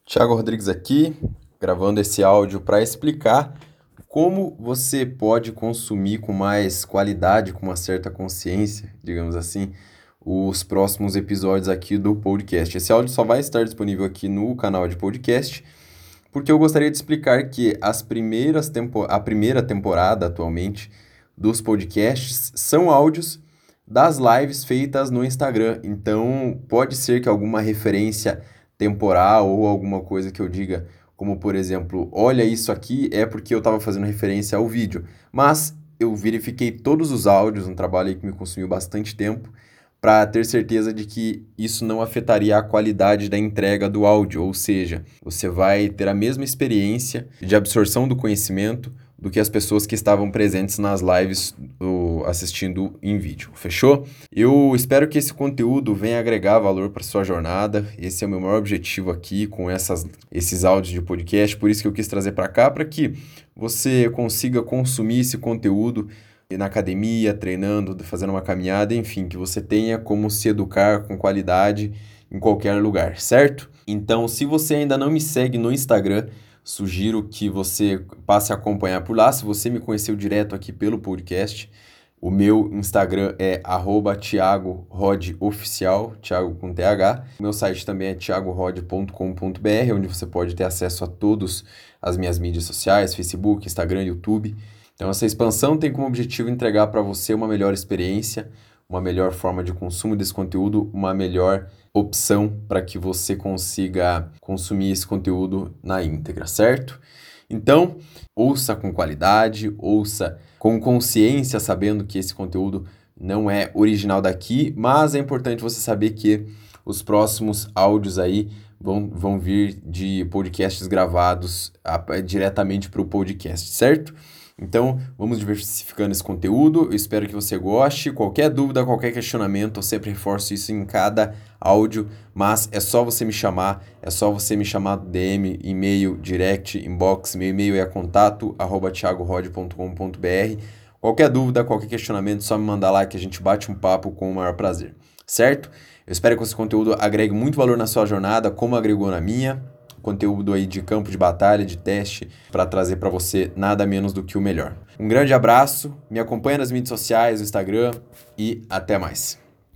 Thiago Rodrigues aqui, gravando esse áudio para explicar como você pode consumir com mais qualidade, com uma certa consciência, digamos assim, os próximos episódios aqui do podcast. Esse áudio só vai estar disponível aqui no canal de podcast, porque eu gostaria de explicar que a primeira temporada atualmente dos podcasts são áudios das lives feitas no Instagram. Então, pode ser que alguma referência temporal ou alguma coisa que eu diga, como por exemplo, olha isso aqui, é porque eu estava fazendo referência ao vídeo. Mas eu verifiquei todos os áudios, um trabalho aí que me consumiu bastante tempo, para ter certeza de que isso não afetaria a qualidade da entrega do áudio, ou seja, você vai ter a mesma experiência de absorção do conhecimento do que as pessoas que estavam presentes nas lives assistindo em vídeo, fechou? Eu espero que esse conteúdo venha agregar valor para sua jornada. Esse é o meu maior objetivo aqui com esses áudios de podcast, por isso que eu quis trazer para cá, para que você consiga consumir esse conteúdo na academia, treinando, fazendo uma caminhada, enfim, que você tenha como se educar com qualidade em qualquer lugar, certo? Então, se você ainda não me segue no Instagram, sugiro que você passe a acompanhar por lá. Se você me conheceu direto aqui pelo podcast, o meu Instagram é @thiagohodoficial, Thiago com TH. O meu site também é thiagorod.com.br, onde você pode ter acesso a todas as minhas mídias sociais, Facebook, Instagram, YouTube. Então, essa expansão tem como objetivo entregar para você uma melhor experiência, uma melhor forma de consumo desse conteúdo, uma melhor opção para que você consiga consumir esse conteúdo na íntegra, certo? Então, ouça com qualidade, ouça com consciência, sabendo que esse conteúdo não é original daqui, mas é importante você saber que os próximos áudios aí vão vir de podcasts gravados diretamente para o podcast, certo? Então, vamos diversificando esse conteúdo. Eu espero que você goste. Qualquer dúvida, qualquer questionamento, eu sempre reforço isso em cada áudio, mas é só você me chamar, no DM, e-mail, direct, inbox. Meu e-mail é contato@thiagorod.com.br. Qualquer dúvida, qualquer questionamento, só me mandar lá que a gente bate um papo com o maior prazer, certo? Eu espero que esse conteúdo agregue muito valor na sua jornada, como agregou na minha. Conteúdo aí de campo de batalha, de teste, para trazer para você nada menos do que o melhor. Um grande abraço, me acompanha nas mídias sociais, no Instagram e até mais.